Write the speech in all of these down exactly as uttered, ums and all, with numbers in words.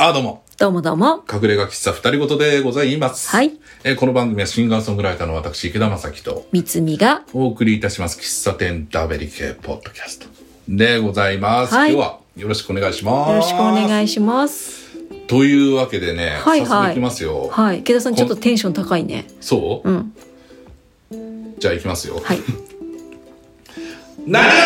あ、どうも。 どうもどうも。 隠れ家喫茶二人ごとでございます。 はい。 えー、この番組はシンガーソングライターの私、池田正樹と、 みつみがお送りいたします。喫茶店ダベリ系ポッドキャストでございます。はい、今日はよろしくお願いします。 よろしくお願いします。 というわけでね、 はいはい、 早速いきますよ。 はい。池田さんちょっとテンション高いね。 そう？ うん。 じゃあいきますよ。 はい。 何が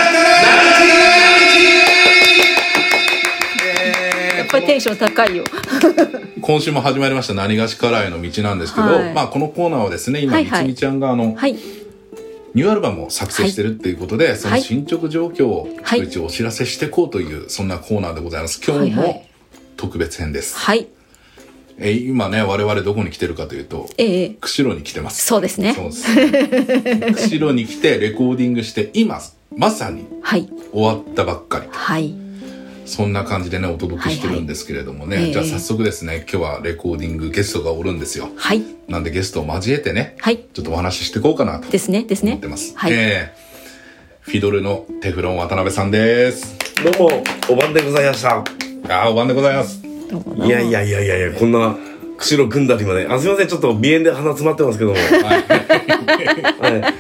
やっぱりテンション高いよ。 今週も始まりました何がしからへの道なんですけど、はい、まあこのコーナーはですね、今、はいはい、みつみちゃんがあの、はい、ニューアルバムを作成してるっていうことで、はい、その進捗状況を一応お知らせしていこうという、はい、そんなコーナーでございます。今日も特別編です。はい。えー、今ね、我々どこに来てるかというと、ええ、釧路に来てます。 そうですね。 そうです。釧路に来てレコーディングして、今、まさに終わったばっかり。はい。そんな感じでねお届けしてるんですけれどもね、はいはい、じゃあ早速ですね、今日はレコーディングゲストがおるんですよ。はい。なんでゲストを交えてね、はい、ちょっとお話ししていこうかなとですねですね思ってます。はい。えー、フィドルのテフロン渡辺さんです。 どうもお晩でございました。 あ、お晩でございます。 いやいやいやいやいや、こんな釧路組んだりまで、あ、すいません、ちょっと鼻炎で鼻詰まってますけども。はい。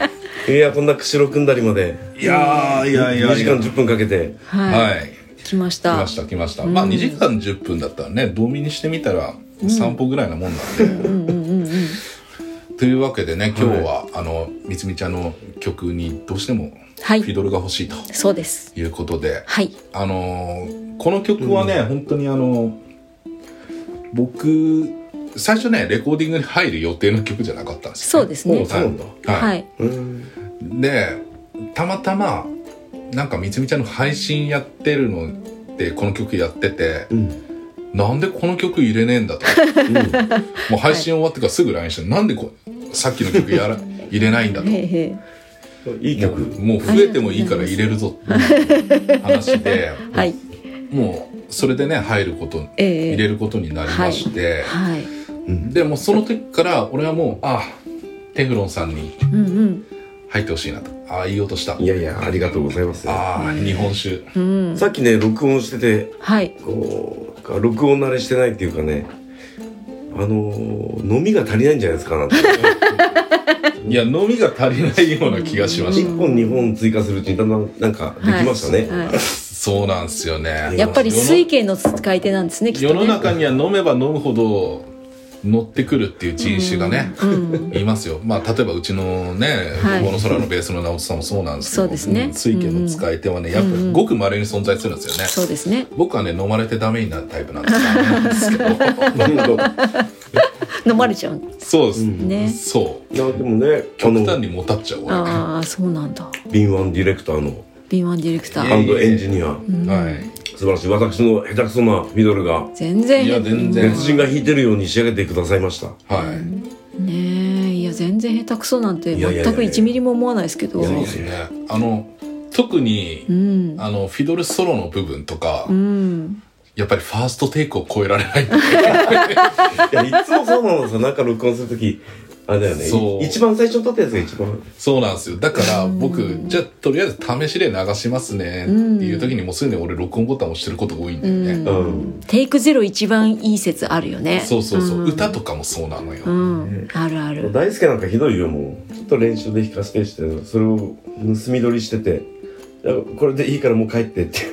いや、こんな釧路組んだりまで。 いやいやいや。 にじかんじゅっぷんかけて。 はい。はい、来ました来ました来ました、うん、まあにじかんじゅっぷんだったらね、道民にしてみたら散歩ぐらいなもんなんで、うんうんうんうん、というわけでね、今日は、はい、あのみつみちゃんの曲にどうしてもフィドルが欲しいと、はい、そうですいうことで、はい、あのこの曲はね、うん、本当にあの僕最初ねレコーディングに入る予定の曲じゃなかったんですよ、ね、そうですね。 そうなんだ。 はい、はい、でたまたまなんかみつみちゃんの配信やってるのでこの曲やってて、うん、なんでこの曲入れねえんだと、うん、もう配信終わってからすぐ ライン して、はい、なんでこさっきの曲やら入れないんだといい曲もう、もう増えてもいいから入れるぞって話で、はい、もうそれでね入ること、えー、入れることになりまして、はいはい、でもその時から俺はもうあテフロンさんに、うんうん、入ってほしいなと、ああいい音した。 いやいや、ありがとうございます。 ああ、日本酒、 うん、さっきね録音してて、はい、こう録音慣れしてないっていうかね、あのー、飲みが足りないんじゃないですかなんていや飲みが足りないような気がしました。 いっぽんにほん追加するうちにだんだんなんかできましたね、はいはい、 そうなんですよね。 やっぱり水系の使い手なんですね、きっとね。 世の中には飲めば飲むほど乗ってくるっていう人種がね、うん、言いますよ。まあ例えばうちのね、はい、この空のベースの直人さんもそうなんですけど、そうですね、水系の使い手はね、やっぱりごく稀に存在するんですよね、うんうん、そうですね。僕はね飲まれてダメになるタイプなんですけど飲まれちゃう。 そうですね。そう。 いやでもね、 極端にもたっちゃう。 ああ、そうなんだ。 敏腕ディレクターの敏腕ディレクター &エンジニア、うん、はい。素晴らしい。私の下手くそなフィドルが全然、いや全然別人が弾いてるように仕上げてくださいました。 はい。 ねえ、いや全然下手くそなんて全くいちミリも思わないですけど。 そうですね。あの特に、うん、あのフィドルソロの部分とか。うん、やっぱりファーストテイクを超えられない。いやいつもそうなのさ、なんか録音するときあれだよね、一番最初に撮ったやつが一番そうなんですよ。だから僕じゃあとりあえず試しで流しますねっていう時にもうすでに俺録音ボタンを押してることが多いんだよね、うん、 テイクゼロ一番いい説あるよね。 そうそうそう、うん、歌とかもそうなのよ、うん、 あるある。 大輔なんかひどいよ。もうちょっと練習で弾かせてしてそれを盗み撮りしてて、これでいいからもう帰ってって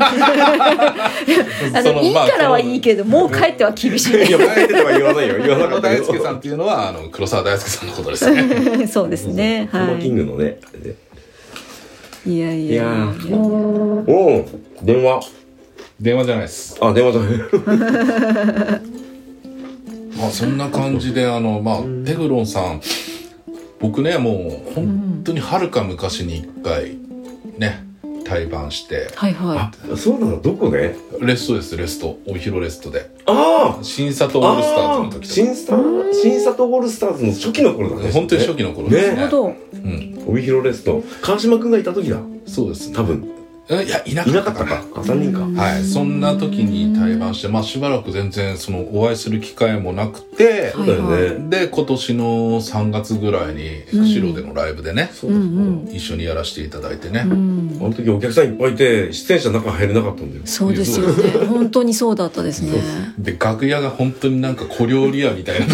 あのいいからはいいけどもう帰っては厳しい、ね、 いや帰ってとは言わないよ。言わなかったけど大輔さんっていうのはあの黒沢大輔さんのことですねそうですね、 はい、コマキングのねあれで。 いやいやいやおお電話電話じゃないです。 あ電話じゃないまあそんな感じであのまあテフロンさん僕ねもう本当にはるか昔に一回ね対バンして、 はいはい、 あそうなの。どこで？ レストです。レスト帯広レストで、 ああ新里オールスターズの時と新里新里オールスターズの初期の頃だね。 本当に初期の頃ですね。 なるほど、 うん、 帯広レスト川島くんがいた時だ。 そうですね多分いやいなかったかな。 あ、さんにんか。 はい、そんな時に対バンして、まあしばらく全然そのお会いする機会もなくて、 そうだよね。 で今年のさんがつぐらいに釧路でのライブでね、 そうそう一緒にやらせていただいてね。 うん、 あの時お客さんいっぱいいて出演者の中入れなかったんだよ。 そうですよね。本当にそうだったですね。 で楽屋が本当になんか小料理屋みたいな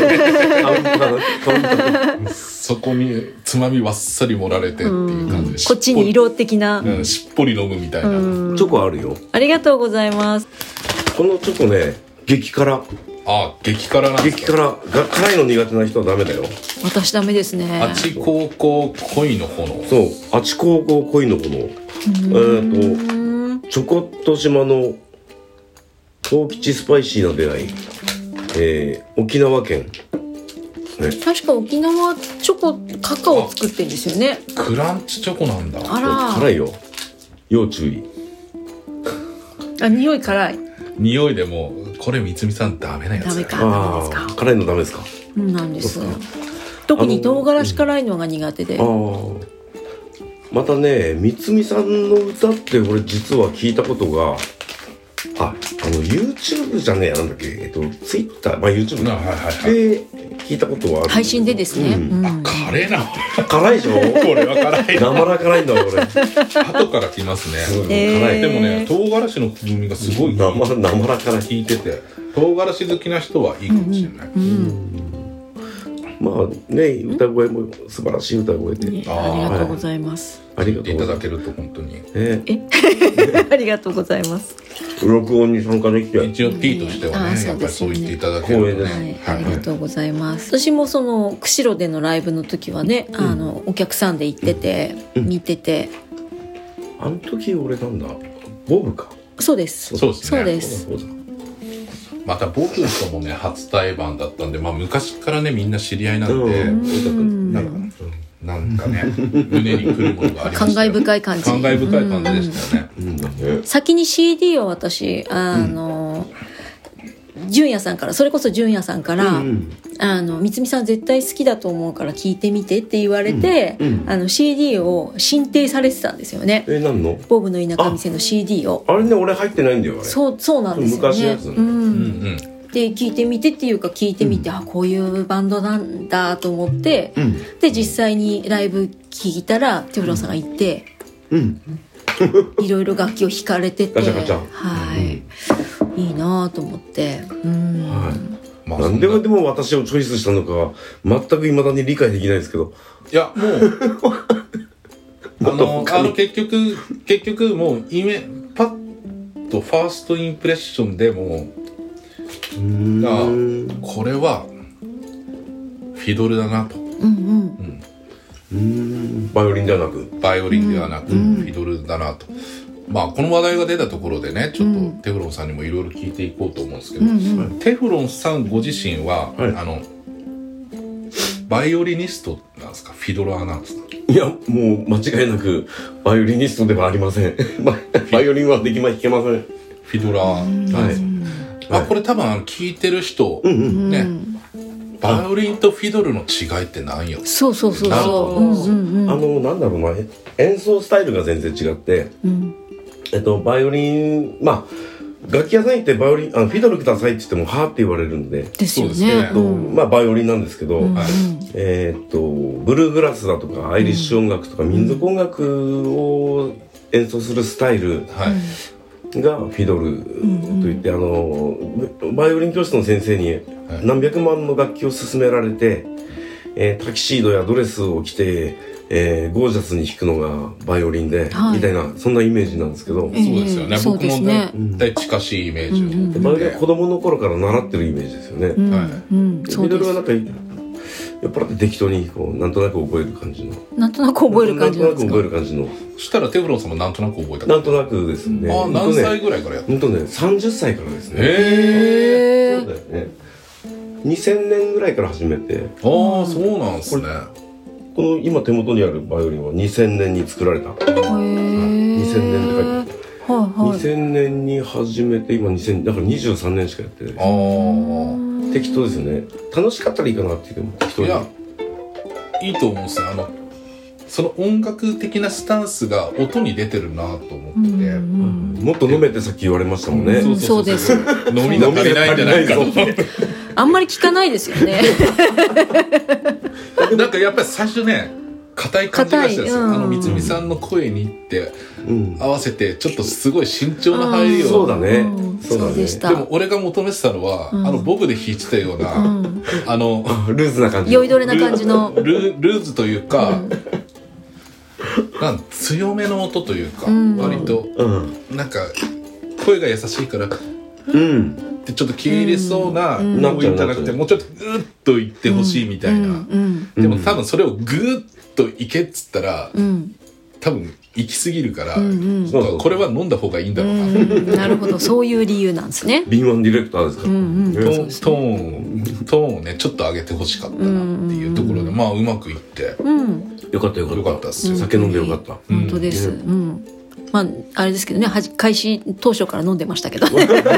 そこにつまみわっさり盛られてっていう感じで、 こっちに色的な、 うん、しっぽり飲むみたいな。 チョコあるよ。 ありがとうございます。 このチョコね、激辛。 あ、激辛なんですか。 激辛が辛いの苦手な人はダメだよ。 私ダメですね。 あち高校恋の炎。 そう、あち高校恋の炎。えーとチョコット島の東吉スパイシーな出会い、えー、沖縄県、ね、 確か沖縄チョコカカオ作ってるんですよね。 クランチチョコなんだ。 あら、 辛いよ、要注意。 あ、匂い辛い。 匂いでもこれみつみさんダメなやつ。 ダメか、ダメですか。 辛いのダメですか。 うんなんです。特に唐辛子辛いのが苦手で。 ああ、またね、みつみさんの歌って俺実は聞いたことが、あ、あの YouTube じゃねえ、なんだっけ、えっと Twitter、まあ YouTube で聞いたことはある。 配信でですね。うんうん、あ、辛いな。 辛いでしょ。 これは辛い。 生ら辛いんだ俺。 後からきますね。 うん、えー、辛い。 でもね、唐辛子の風味がすごい生生ら辛い。 効いてて、唐辛子好きな人はいいかもしれない。うんうん、 まあね、歌声も素晴らしい歌声で、 うん、あ, ありがとうございます。 ありがとういただけると本当に。 ええありがとうございます。 録音に参加できて、 一応 P としてはね、ねやっぱりそう言っていただけるとね、 はいはい、ありがとうございます。私もその釧路でのライブの時はね、うん、あのお客さんで行ってて、うん、見てて、 あの時俺なんだ、ボブか。 そうです。 そうですね。 そうです。 また僕ともね初対バンだったんで、まあ昔からねみんな知り合いなんで、うん、なんか、なんかね胸にくるものがありましたよ。 感慨深い感じ。 感慨深い感じでしたよね。 うん、先に シーディー を私あの、うん、純也さんからそれこそ純也さんから、うん、あのみつみさん絶対好きだと思うから聞いてみてって言われて、うんうん、あの シーディー を申請されてたんですよね。 え、何の？ ボブの田舎店の シーディー を。 あれね、俺入ってないんだよあれ。 そうそうなんですよね。 昔のやつね。 うんうんうん、で聞いてみてっていうか聞いてみて、うん、あこういうバンドなんだと思って、うん、で実際にライブ聞いたらテフロンさんが行って、うん、いろいろ楽器を弾かれてて、 ガチャガチャ、 はい、うん、いいなと思って、うん、 はい、まあ、なんでもでも私をチョイスしたのか全く未だに理解できないですけど、 いやもうあのあの結局結局もうイメパッとファーストインプレッションでもうーん、これはフィドルだなと、うんうん、 うーん、バイオリンではなくバイオリンではなく、うん、フィドルだなと。まあこの話題が出たところでねちょっとテフロンさんにもいろいろ聞いていこうと思うんですけど、うんうん、テフロンさんご自身は、はい、あのバイオリニストなんですか、フィドラーなんですか？ いやもう間違いなくバイオリニストではありません。バイオリンはできま弾けません。 フィドラーなんですか？はい、あ、これ多分聞いてる人、うんうん、ね、バイオリンとフィドルの違いって何よ？ そうそうそうそう、 うんうんうん、あのなんだろうな、演奏スタイルが全然違って、うん、えっとバイオリン、まあ楽器屋さん行ってバイオリン、あのフィドルくださいって言ってもはーって言われるんで、 ですよね、 うん、まあバイオリンなんですけど、うんうん、えー、っとブルーグラスだとかアイリッシュ音楽とか民族音楽を演奏するスタイル、はい、がフィドルといって、うんうん、あのバイオリン教室の先生に何百万の楽器を勧められて、えー、タキシードやドレスを着て、えー、ゴージャスに弾くのがバイオリンで、はい、みたいなそんなイメージなんですけど、 そうですよね、僕も大体近しいイメージ、うん、 バイオリンは子供の頃から習ってるイメージですよね、うん、はい、うん、フィドルはなんかやっぱり適当にこうなんとなく覚える感じの、 なんとなく覚える感じなんですか？ なんとなく覚える感じの。 そしたらテフロンさんもなんとなく覚えた？ なんとなくですね。 あ、何歳ぐらいからやった？ ほんとね、さんじゅっさいからですね。 へー、 そうだよね。にせんねんぐらいから始めて。 ああ、そうなんですね。 この今手元にあるバイオリンはにせんねんに作られた。へー、にせんねんって書いてある。はいはい、にせんねんに始めて今にせん、だからにじゅうさんねんしかやってない。ああ、適当ですよね。楽しかったらいいかなっていうけど適当に。いや、 いいと思うんですよ。あのその音楽的なスタンスが音に出てるなと思ってて、うんうん、 もっと飲めってさっき言われましたもんね、 うん、そうです。 飲みが足りないんじゃないかとあんまり聞かないですよねなんかやっぱり最初ね硬い感じがしたんですよ、うん、あの三海さんの声にって合わせてちょっとすごい慎重な入りを、 そうだね、 うん、そうだね。でした。 でも俺が求めてたのは、うん、あのボブで弾いてたような、うん、あのルーズな感じ、 酔いどれな感じのル, ルーズというか、うん、なん強めの音というか、うん、割と、うん、なんか声が優しいからうんってちょっと消え入れそうな声じゃなくて、もうちょっとグッといってほしいみたいな、うんうんうん、でも多分それをグッといけっつったら、うん、多分行き過ぎるから、うんうん、これは飲んだ方がいいんだろうな、うん、 なるほど、そういう理由なんですね。 敏腕ディレクターですか、うんうん、 トーン、トーン、トーンをねちょっと上げてほしかったなっていうところで、まあうまくいって、うん、 よかったよかったよかったっす、うん、酒飲んでよかった、 うん、本当です、うん、まああれですけどね、開始当初から飲んでましたけど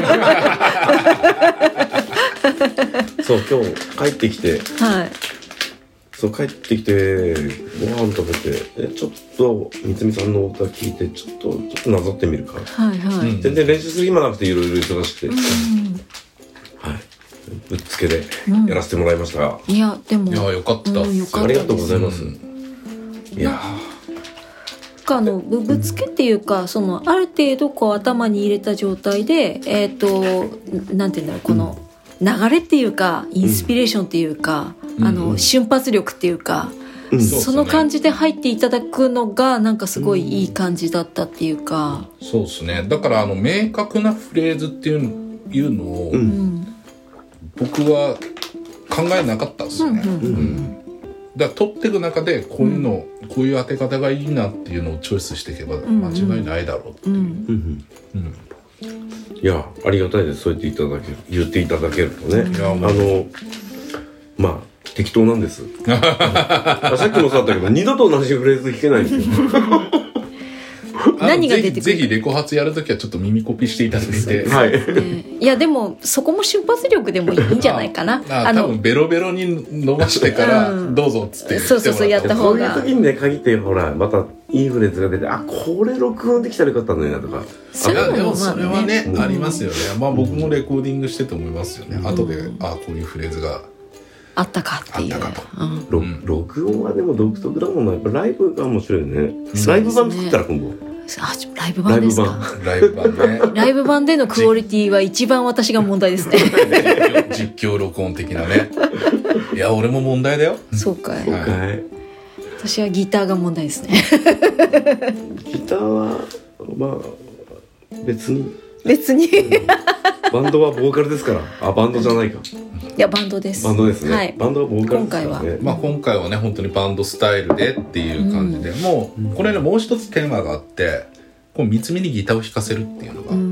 そう今日帰ってきて、 はい、 そう帰ってきてご飯食べてえちょっと三海さんの歌聞いてちょっとちょっとなぞってみるか、 はいはい、 うん、全然練習する暇なくていろいろ忙しくて、うん、はいぶっつけでやらせてもらいましたが、 うん、いやでもいやよかった、 うん、よかったありがとうございます、うん、いやあのぶぶつけっていうか、そのある程度こう頭に入れた状態でえっ、ー、となんていうんだろう、この流れっていうかインスピレーションっていうか、うん、あの瞬発力っていうか、うん、その感じで入っていただくのがなんかすごいいい感じだったっていうか、 うん、そうですね。だからあの明確なフレーズっていうの、いうのを、うん、僕は考えなかったですよね、うんうんうん、だから取っていく中でこういうの、うん、こういう当て方がいいなっていうのをチョイスしていけば間違いないだろうっていう、うんうんうんうん、いやありがたいです。そう言っていただける言っていただけるとね、いやあのまあ適当なんですさっきもそうだったけど二度と同じフレーズ弾けないんですよ何が出てくる？ ぜひレコ発やるときはちょっと耳コピしていただいて、 はいね、いやでもそこも瞬発力でもいいんじゃないかなああ多分ベロベロに飲ましてからどうぞっつって、うん、 そうそうそうやった方が、 そういう時にね限ってほらまたいいフレーズが出て、あこれ録音できたらよかったのになとか、 それでもそれはね、うん、ありますよね。まあ僕もレコーディングしてて思いますよね、うん、後であこういうフレーズがあったかっていう、あったかと、 うん、録音はでも独特だもんな。やっぱライブが面白いよね、うん、ライブ版作ったら今度あライブ版ですか。 ライブ版ねライブ版でのクオリティは一番私が問題ですね実況録音的なねいや俺も問題だよ。 そうかい、 はい、 私はギターが問題ですねギターはまあ別に別に、うん、 バンドはボーカルですから。あバンドじゃないか。 いやバンドです。 バンドですね、はい、バンドはボーカルですからね。今回は、 まあ、今回はね本当にバンドスタイルでっていう感じで、うん、もうこれねもう一つテーマがあって、こう三つ目にギターを弾かせるっていうのが、うん、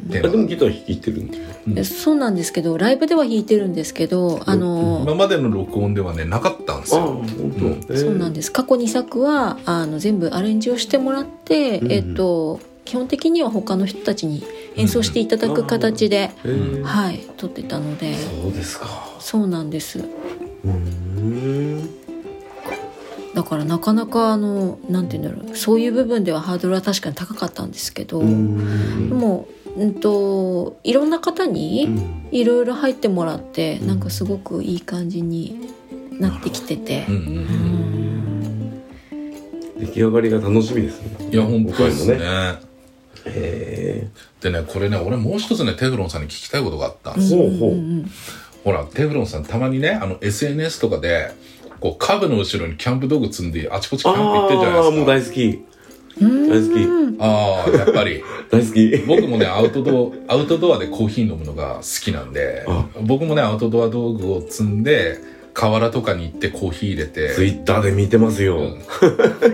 テーマ。でもギター弾いてるんだよ、 うん、そうなんですけどライブでは弾いてるんですけど、あの今までの録音ではねなかったんですよ。あ本当、うん、そうなんです。過去にさくはあの全部アレンジをしてもらって、うん、えっと基本的には他の人たちに演奏していただく形で、うん、はい撮ってたので。 そうですか。 そうなんです。 うーんだからなかなかあのなんて言うんだろう、そういう部分ではハードルは確かに高かったんですけど、うんでも、うんと、いろんな方にいろいろ入ってもらって、うん、なんかすごくいい感じになってきてて、うんうんうん、出来上がりが楽しみですね。 いや本当ですね。 へでねこれね俺もう一つねテフロンさんに聞きたいことがあったんですよ。 ほうほう。 ほらテフロンさんたまにねあの エスエヌエス とかでこうカブの後ろにキャンプ道具積んであちこちキャンプ行ってるじゃないですか。 ああもう大好き大好き。 ああやっぱり大好き。 僕もねアウトドアアウトドアでコーヒー飲むのが好きなんで、僕もねアウトドア道具を積んで河原とかに行ってコーヒー入れてツイッターで見てますよ、うん、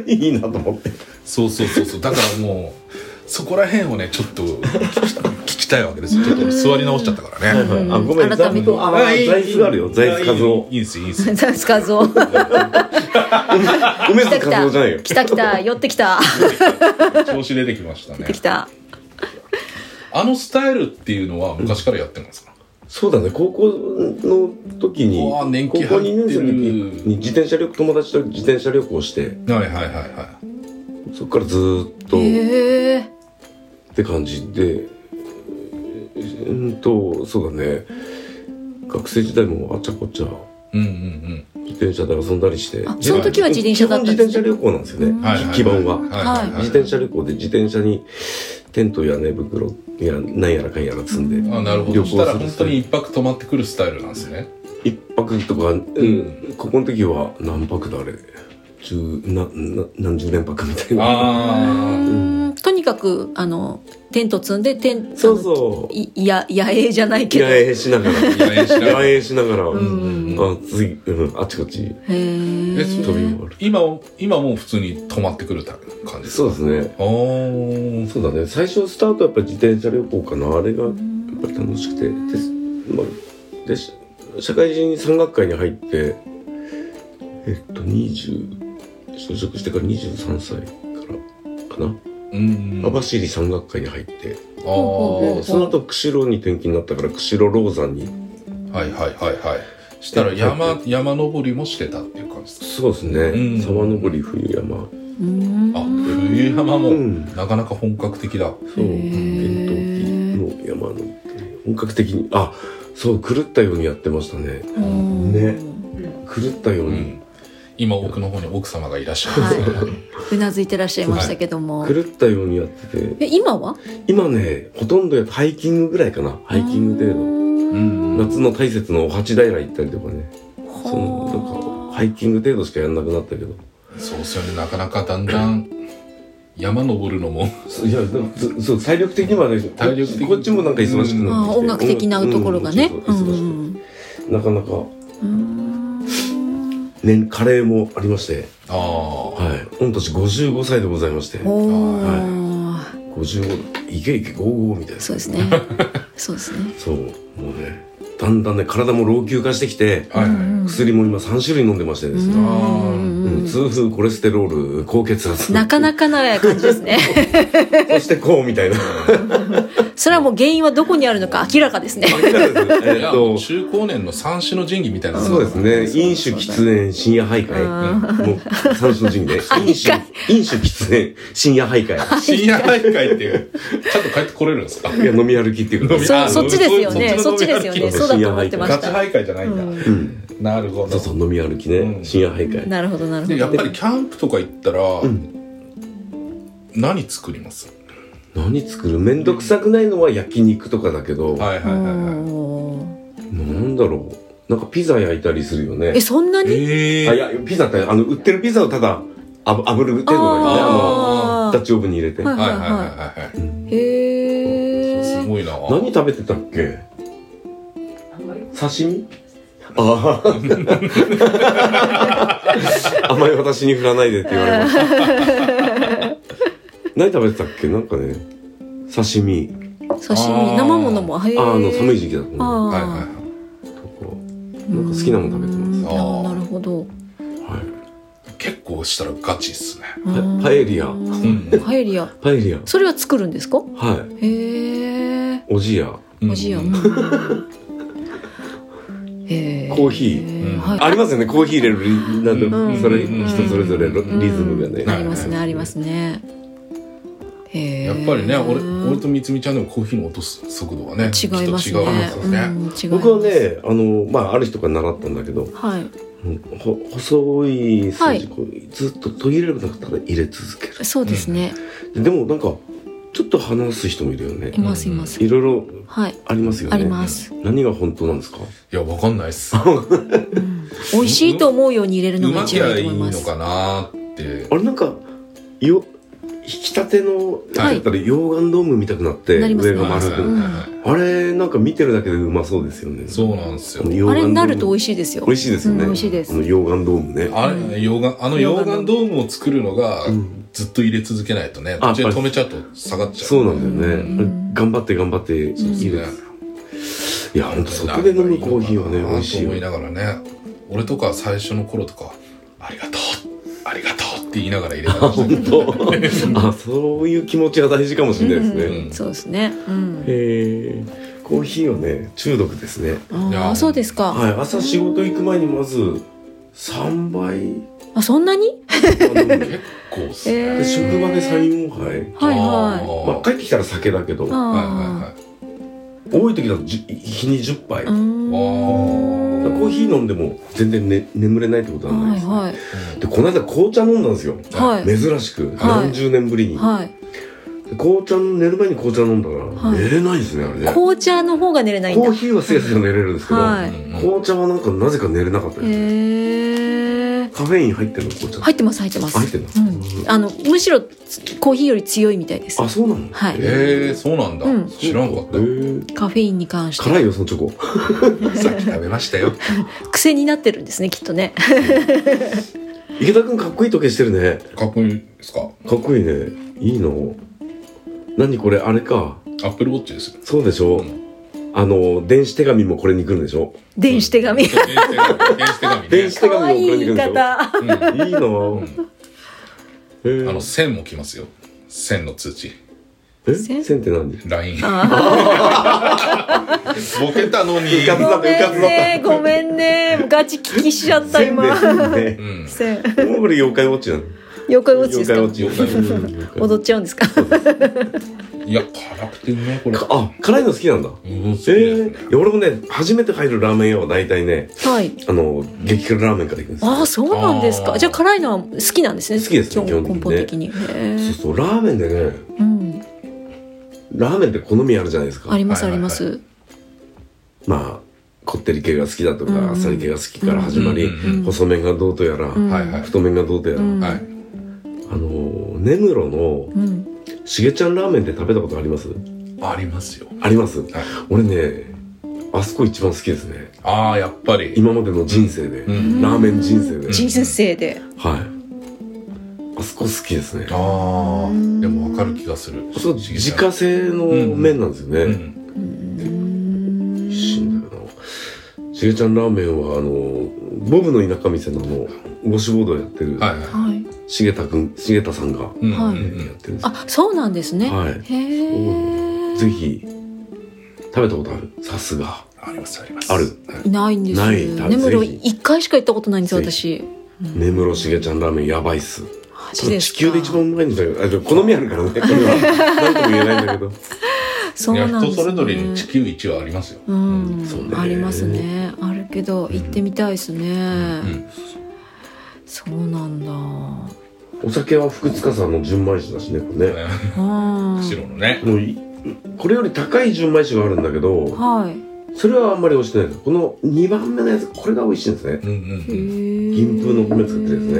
いいなと思って。 そうそうそうそうだからもうそこら辺をねちょっと聞きたいわけですよ。ちょっと座り直しちゃったからね、 はいはい、あごめん改めてああ座椅子があるよ。座椅子数をいいですいいです座椅子数を梅津数をじゃないよ。 来た来た寄ってきた調子出てきましたね。 出てきた。 あのスタイルっていうのは昔からやってるんですか？ そうだね、高校の時に高校にねん生の時に自転車旅行、友達と自転車旅行して、 はいはいはいはい、 そっからずっとって感じで、うんとそうだね、学生時代もあちゃこちゃ、うんうんうん、自転車で遊んだりして、 あ、その時は自転車だったんですね。 基本自転車旅行なんですよね、基盤は、はい、自転車旅行で自転車にテントや寝袋やなんやらかんやら積んで、 あ、なるほど。そしたら本当に一泊泊まってくるスタイルなんですね。 一泊とか、うん、ここの時は何泊だあれ、十なな何十連泊みたいな。 あ、うん、とにかくあのテント積んでテンそうそういや野営じゃないけど野営しながら野営しながら野営しながら、うんうん、あ次、うん、あっちこっち。へえ。 飛び回る。 今今もう普通に泊まってくる感じですか。 そうですね。ああ、そうだね。最初スタートはやっぱり自転車旅行かな。あれがやっぱり楽しくて、で、まあ、で社会人山岳会に入ってえっとにじゅう就職してからにじゅうさんさいからかな。うん、網走山岳会に入って、あその後釧路に転勤になったから釧路ローザンに、 はいはいはいはい、したら山山登りもしてたっていう感じですか。 そうですね、うん、沢登り冬山、 うん、あ冬山も、うん、なかなか本格的だ。 そう伝統的の山の本格的に、あそう狂ったようにやってましたね。ね狂ったように、うん、 今奥の方に奥様がいらっしゃいます、ね、はい、 うなずいてらっしゃいましたけども、 はい、狂ったようにやってて。 え今は今ねほとんどやっぱハイキングぐらいかな。ハイキング程度、うん、夏の大雪のお八平行ったりとかね、そのなんかハイキング程度しかやんなくなったけど。 そうですよね、なかなかだんだん山登るのもいやそう体力的にはね、体力的こっちもなんか忙しくなってきて、うん、 音楽的なところがね、 うん、忙しく、うん、なかなか、うんね、カレーもありまして、あ、はい、御年ごじゅうごさいでございまして、はい、ごじゅうごいけいけゴーゴーみたいな。 そうですねそうですね。 そうもうねだんだんね体も老朽化してきて、はいはい、薬も今さんしゅるい飲んでましてですね、うん、痛風コレステロール高血圧、 なかなかな感じですねそしてこうみたいなそれはもう原因はどこにあるのか明らかですね。 明らかです、えー、っと中高年の三種の神器みたいな。 そうですね、飲酒喫煙深夜徘徊、もう三種の神器で飲酒飲酒喫煙深夜徘徊深夜徘徊っていうちゃんと帰ってこれるんですか。 いや飲み歩きっていうか、 そ, そっちですよね、そっちですよね、そうだと思ってました。 ガチ徘徊じゃないんだ、うん、なるほど。 そうそう飲み歩きね、うん、深夜徘徊。 なるほどなるほど。 でやっぱりキャンプとか行ったら、うん、何作ります？ 何作る？めんどくさくないのは焼肉とかだけど、 はいはいはいはい、 なんだろう、なんかピザ焼いたりするよね。 えそんなに？えー、あいやピザってあの売ってるピザをただあぶ炙る程度だよね、あのダッチオーブンに入れて。はいはいはいはい、うん、へえ、すごいな。何食べてたっけ？刺身？あああまり私に振らないでって言われました何食べてたっけ？なんかね刺身刺身生ものもへああの寒い時期だと思う。はいはいはい。とかなんか好きなもの食べてます。 ああなるほど。はい。 結構したらガチっすね。 パエリア。うん、 パエリア。 パエリア。 それは作るんですか？ はい。 へえ。 おじや。 おじや。 えー、コーヒー、うんはい、ありますよね。コーヒー入れるなんて、うん、それ人それぞれリズムがね、 うん、ありますねありますね。 やっぱりね、俺, 俺とみつみちゃんでもコーヒーの落とす速度はね違いますね。 違いますよね、うん、 僕はねあの、まあ、ある人から習ったんだけど、はい、ほ細い筋、はい、ずっと途切れるなくたら入れ続ける。 そうですね、 うん、でもなんかちょっと話す人もいるよね。 いますいます。 いろいろありますよね。 あります。 何が本当なんですか？ いやわかんないっす。 うん、美味しいと思うように入れるのが一番いいと思います。 うまきゃいいのかなって。 あれなんかよ引き立てのやったら溶岩ドーム見たくなって、はい、上が丸く、うん、あれなんか見てるだけでうまそうですよね。 そうなんですよ。 あれになると美味しいですよ。 美味しいですよね。 うん、美味しいです。 あの溶岩ドームね。 あれ溶岩あの溶岩ドームを作るのが。うんずっと入れ続けないとね、途中で止めちゃうと下がっちゃう。 そうなんだよね。うん、頑張って頑張って入れる。いや本当外で飲むコーヒーはね美味しいよ。 思いながらね、俺とか最初の頃とかありがとうありがとうって言いながら入れた。 本当。あそういう気持ちが大事かもしれないですね。 うん、そうですね。うん、 へえ。 コーヒーはね中毒ですね。 ああそうですか。 はい、朝仕事行く前にまずさんばい。 あそんなに？ 結構ですね、 えー、 で職場でさん、よんはい。 はいはい。 まあ、帰ってきたら酒だけど、はいはいはい、多い時だと日にじゅっぱい。コーヒー飲んでも全然、ね、眠れないってことはないですね。はいはい、でこの間紅茶飲んだんですよ、はい、珍しく何十年ぶりに、はいはい、紅茶寝る前に紅茶飲んだら、はい、寝れないですねあれね。 紅茶の方が寝れないんだ。 コーヒーはすやすや寝れるんですけど、はい、紅茶はなんかなぜか寝れなかったですね。へー。カフェイン入ってるの紅茶？ 入ってます入ってます。 入ってるの、 うん、あのむしろコーヒーより強いみたいです。 あそうなの？ はい。 へえそうなんだ、うん、知らんかった。 カフェインに関して辛いよそのチョコさっき食べましたよ癖になってるんですねきっとね池田くんかっこいい時計してるね。 かっこいいですか？ かっこいいね。いいの。何これあれか。 アップルウォッチですよ。 そうでしょ、うん、あの電子手紙もこれに来るんでしょ。 電子手紙電子手紙電子手紙もこれに来るんでしょ。 いいいいの、 うん、あの線も来ますよ。線の通知。 え線って何？ ライン ボケたのにごめんねごめんねガチ聞きしちゃった今。 線ね。線。もうこれ妖怪ウォッチなの。 妖怪ウォッチですか？ 妖怪ウォッチ。 踊っちゃうんですか？ いや辛くてうめえこれ。 あ辛いの好きなんだ。うん、えー、いや俺もね初めて入るラーメン屋は大体ね、はい、あの激辛ラーメンから行くんですよ。 あそうなんですか。じゃあ辛いのは好きなんですね。 好きですね基本的にね。そうそうラーメンでね、うん、ラーメンって好みあるじゃないですか。 ありますあります。 まあこってり系が好きだとか、うん、あっさり系が好きから始まり、うん、細麺がどうとやら、うん、太麺がどうとやら、うん、はい、あの根室の、うんしげちゃんラーメンって食べたことあります？ ありますよ。 あります、はい、俺ねあそこ一番好きですね。 ああやっぱり今までの人生で、うん、ラーメン人生で人生ではいあそこ好きですね。 ああでも分かる気がする。 そう自家製の麺なんですよね。うんうん、一心だよな。しげちゃんラーメンはあのボブの田舎店のあのウォッシュボードをやってる、はいはい重田くん、重田さんが、うんえー、やってるんです。 あ、そうなんですね。 はい。へえ。ぜひ食べたことある？さすが。 ありますあります。 ある。 ないんです。ない。根室一回しか行ったことないんですよ私。 根室しげちゃんラーメンやばいっす。地球で一番うまいんだよ。好みあるからね。これは何とも言えないんだけど。 そうなんですね。 人それぞれに地球一はありますよ。 うん。そうね。ありますね。あるけど行ってみたいですね。そうなんだ。 お酒は福塚さんの純米酒だしねこれね。 白のね。 もうこれより高い純米酒があるんだけど、はい、それはあんまり美味しくないです。このにばんめのやつこれが美味しいんですね。うんうん、銀風の米作ってるやつね。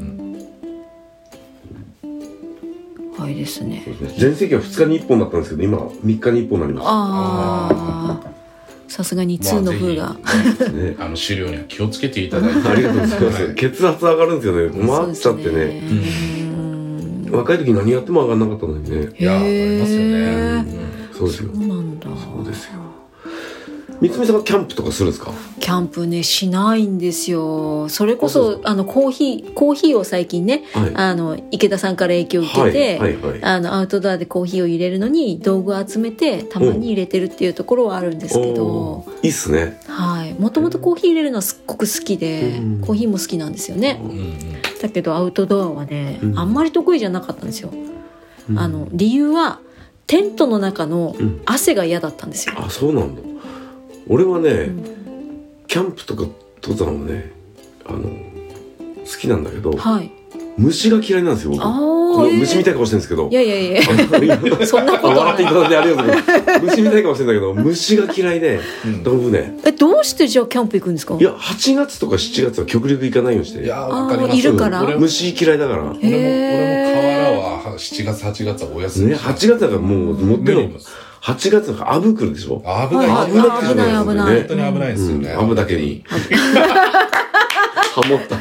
うんうん、はいですね。 全盛期はふつかにいっぽんだったんですけど今みっかにいっぽんになりました。 ああ。さすがににの風が、 まあね、あの酒量には気をつけていただいてありがとうございます、はい、血圧上がるんですよね。困っちゃってね、うん、若い時何やっても上がらなかったのにね。 いや上がりますよね、うん、 そうですよ。 そうなんだ。 そうですよ。みつみさんはキャンプとかするんですか？ キャンプねしないんですよ。それこそあのコーヒーコーヒーを最近ね、はい、あの池田さんから影響を受けて、はいはいはい、あのアウトドアでコーヒーを入れるのに道具を集めてたまに入れてるっていうところはあるんですけど、 いいっすね。 はい。もともとコーヒー入れるのはすっごく好きで、うん、コーヒーも好きなんですよね、うん、だけどアウトドアはね、うん、あんまり得意じゃなかったんですよ、うん、あの理由はテントの中の汗が嫌だったんですよ、 うん、あ、そうなんだ。俺はね、うん、キャンプとか登山はねあの好きなんだけど、はい、虫が嫌いなんですよ僕。この虫みたいかもしれないんですけど、 いやいやいやそんなことない。 笑っていただいてありがとうございます虫みたいかもしれないけど虫が嫌いで、うん、どうねえどうしてじゃあキャンプ行くんですか？ いやはちがつとかしちがつは極力行かないようにして。 いやわかります。 いるから虫嫌いだから。俺も俺も河原はしちがつはちがつはお休み、 ね、はちがつだからもう持ってるのはちがつなんかアブ来るでしょ。 アブが危ない危ない危ない本当に危ないですよね、 うん、アブだけにハモった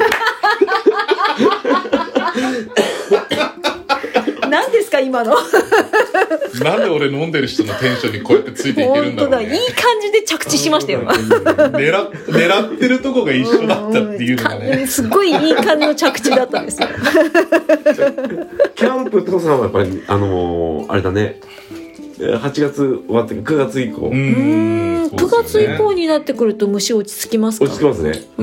何ですか今のなんで俺飲んでる人のテンションにこうやってついていけるんだろうね。本当だ、いい感じで着地しましたよ狙, 狙ってるとこが一緒だったっていうのがねすごいいい感じの着地だったんですよキャンプ登山はやっぱりあのー、あれだねはちがつ終わってくがつ以降。 うん、くがつ以降になってくると虫落ち着きますか？ 落ち着きますね。 うん、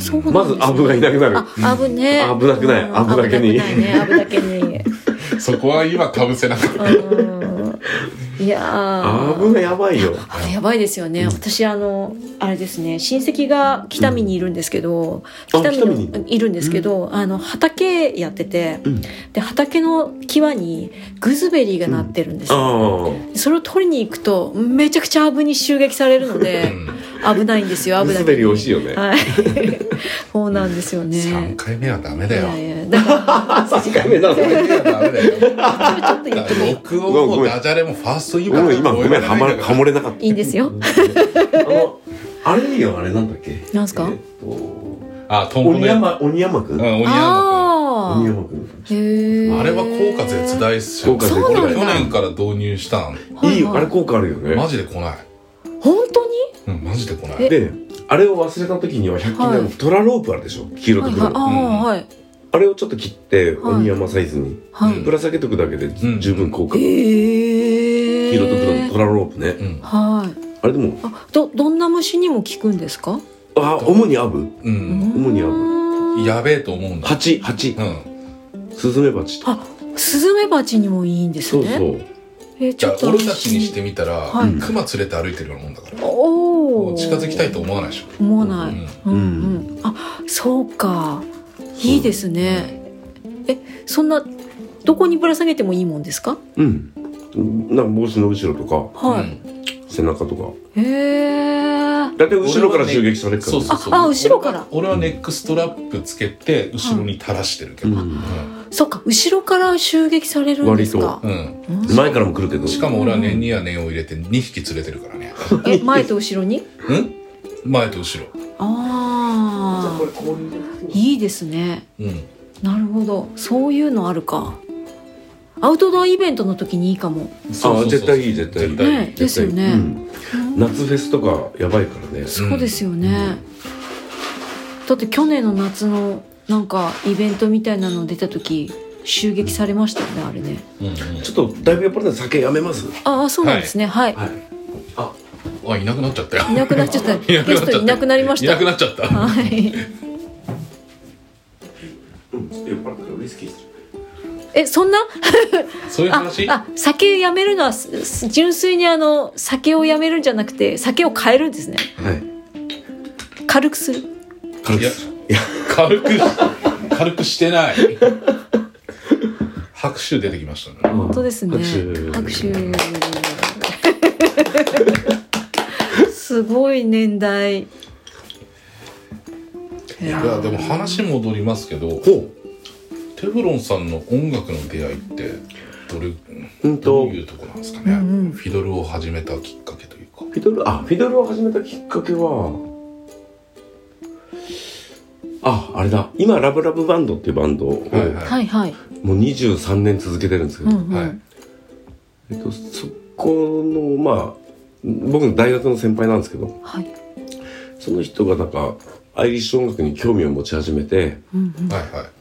そうなんですね。 まずアブがいなくなる。 あ、アブね。 危なくない。アブだけに。 アブだけに。 そこは今かぶせなかった。 いやー、 アブがやばいよ。 あれやばいですよね。うん、私あのあれですね、親戚が北見にいるんですけど、うん、北見にいるんですけど、うん、あの畑やってて、うん、で畑の際にグズベリーがなってるんですよ。うん、それを取りに行くとめちゃくちゃアブに襲撃されるので危ないんですよ。アブだけに。グズベリー美味しいよね。はい。そうなんですよね。 さんかいめはダメだよ。 いやいやだからさんかいめだダメだよ。 ちょっと言ってもいい。 録音もダジャレもファーストいいから。 今ごめんハマハモれなかった。 いいんですよ。 あのあれいいよ、あれなんだっけ。 なんすか。えっとあトンボね。 鬼山鬼山くん。 うん鬼山くん。鬼山くん。 へえ。あれは効果絶大っすよ。 そうなんだ。 去年から導入したん。 いいよ、あれ効果あるよね。 マジで来ない。 本当に？ うんマジで来ない。 であれを忘れた時にはひゃく均のトラロープあるでしょ、黄色と黒。 ああはい。 あれをちょっと切って鬼山サイズにぶら下げとくだけで十分効果。黄色と黒のトラロープね。 はい。 あれでもどどんな虫にも効くんですか？ あ、主にアブ。 うん。 主にアブ。 やべえと思うんだ。 蜂蜂。うん。スズメバチ。 あ、スズメバチにもいいんですね。 そうそう。 えちょっと俺たちにしてみたらクマ連れて歩いてるようなもんだから。おお。近づきたいと思わないでしょ。 思わない。うんうん。あ、そうか。いいですね。え、そんなどこにぶら下げてもいいもんですか？ うん。なんか帽子の後ろとか、 はい、 背中とか。 へえ。 だって後ろから襲撃されるから。 そうそうそう。 あ、後ろから。 俺はネックストラップつけて後ろに垂らしてるけど。 そっか、後ろから襲撃されるんですか。 割と。うん。前からも来るけど。 しかも俺は念には念を入れてにひき連れてるからね。 え、前と後ろに？ うん？前と後ろ。 ああ。いいですね。うん。なるほど、そういうのあるか。アウトドアイベントの時にいいかも。 ああ、絶対いい絶対いい。 ね、ですよね、うん、 夏フェスとかやばいからね。 そうですよね、うん、だって去年の夏のなんかイベントみたいなの出た時襲撃されましたよね、あれね、 うんうん、ちょっとだいぶやっぱり酒やめます。 ああ、そうなんですね。はい、はい、 ああ、いなくなっちゃったよ。 いなくなっちゃった。ゲストいなくなりました。 いなくなっちゃった。はい。 え、そんなそういう話？ ああ、酒やめるのは純粋にあの酒をやめるんじゃなくて酒を変えるんですね。 はい。 軽くする。 軽くいや軽く軽くしてない。拍手出てきましたね。 本当ですね。拍手。拍手。すごい年代。 いやでも話戻りますけど。テフロンさんの音楽の出会いってどれ、うん、どういうところなんですかね、うんうん、フィドルを始めたきっかけというか。 フィドル、あ、フィドルを始めたきっかけはあ、あれだ、今ラブラブバンドっていうバンドを、 はいはい、 もうにじゅうさんねん続けてるんですけど、うんうん、はい、えっと、そこのまあ僕の大学の先輩なんですけど、はい、その人がなんかアイリッシュ音楽に興味を持ち始めて、うんうん、はいはい、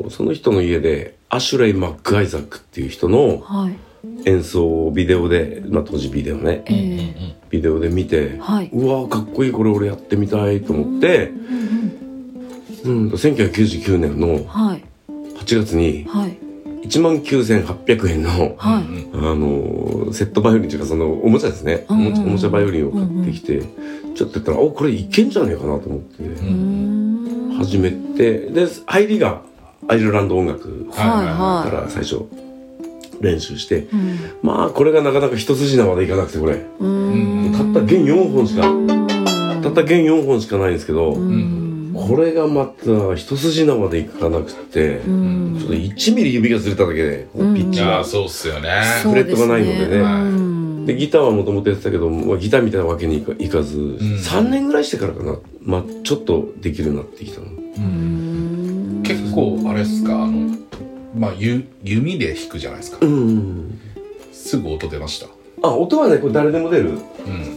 でその人の家でアシュレイ・マック・アイザックっていう人の演奏をビデオで、まあ、当時ビデオね、えー、ビデオで見て、はい、うわかっこいい、これ俺やってみたいと思って、うんうん、せんきゅうひゃくきゅうじゅうきゅうねんのはちがつにいちまんきゅうせんはっぴゃくえんの、はい、あのセットバイオリンというかそのおもちゃですね、うんうん、おもちゃバイオリンを買ってきて、うんうん、ちょっとやったらおこれいけんじゃねえかなと思って始めて、で入りがアイルランド音楽から最初練習して、はいはい、まあこれがなかなか一筋縄でいかなくて、これうんたった弦よんほんしかたった弦よんほんしかないんですけど、これがまた一筋縄でいかなくて、ちょっといちミリ指がずれただけでピッチが、 そうっすよね、 フレットがないのでね、はい、でギターはもともとやってたけど、まあ、ギターみたいなわけにい か, いかず、うん、さんねんぐらいしてからかな、まあ、ちょっとできるようになってきたの。うん、 結構あれっすか、あの、まあ、ゆ弓で弾くじゃないですか、うん、すぐ音出ました？ あ、音はね、これ誰でも出る、うん、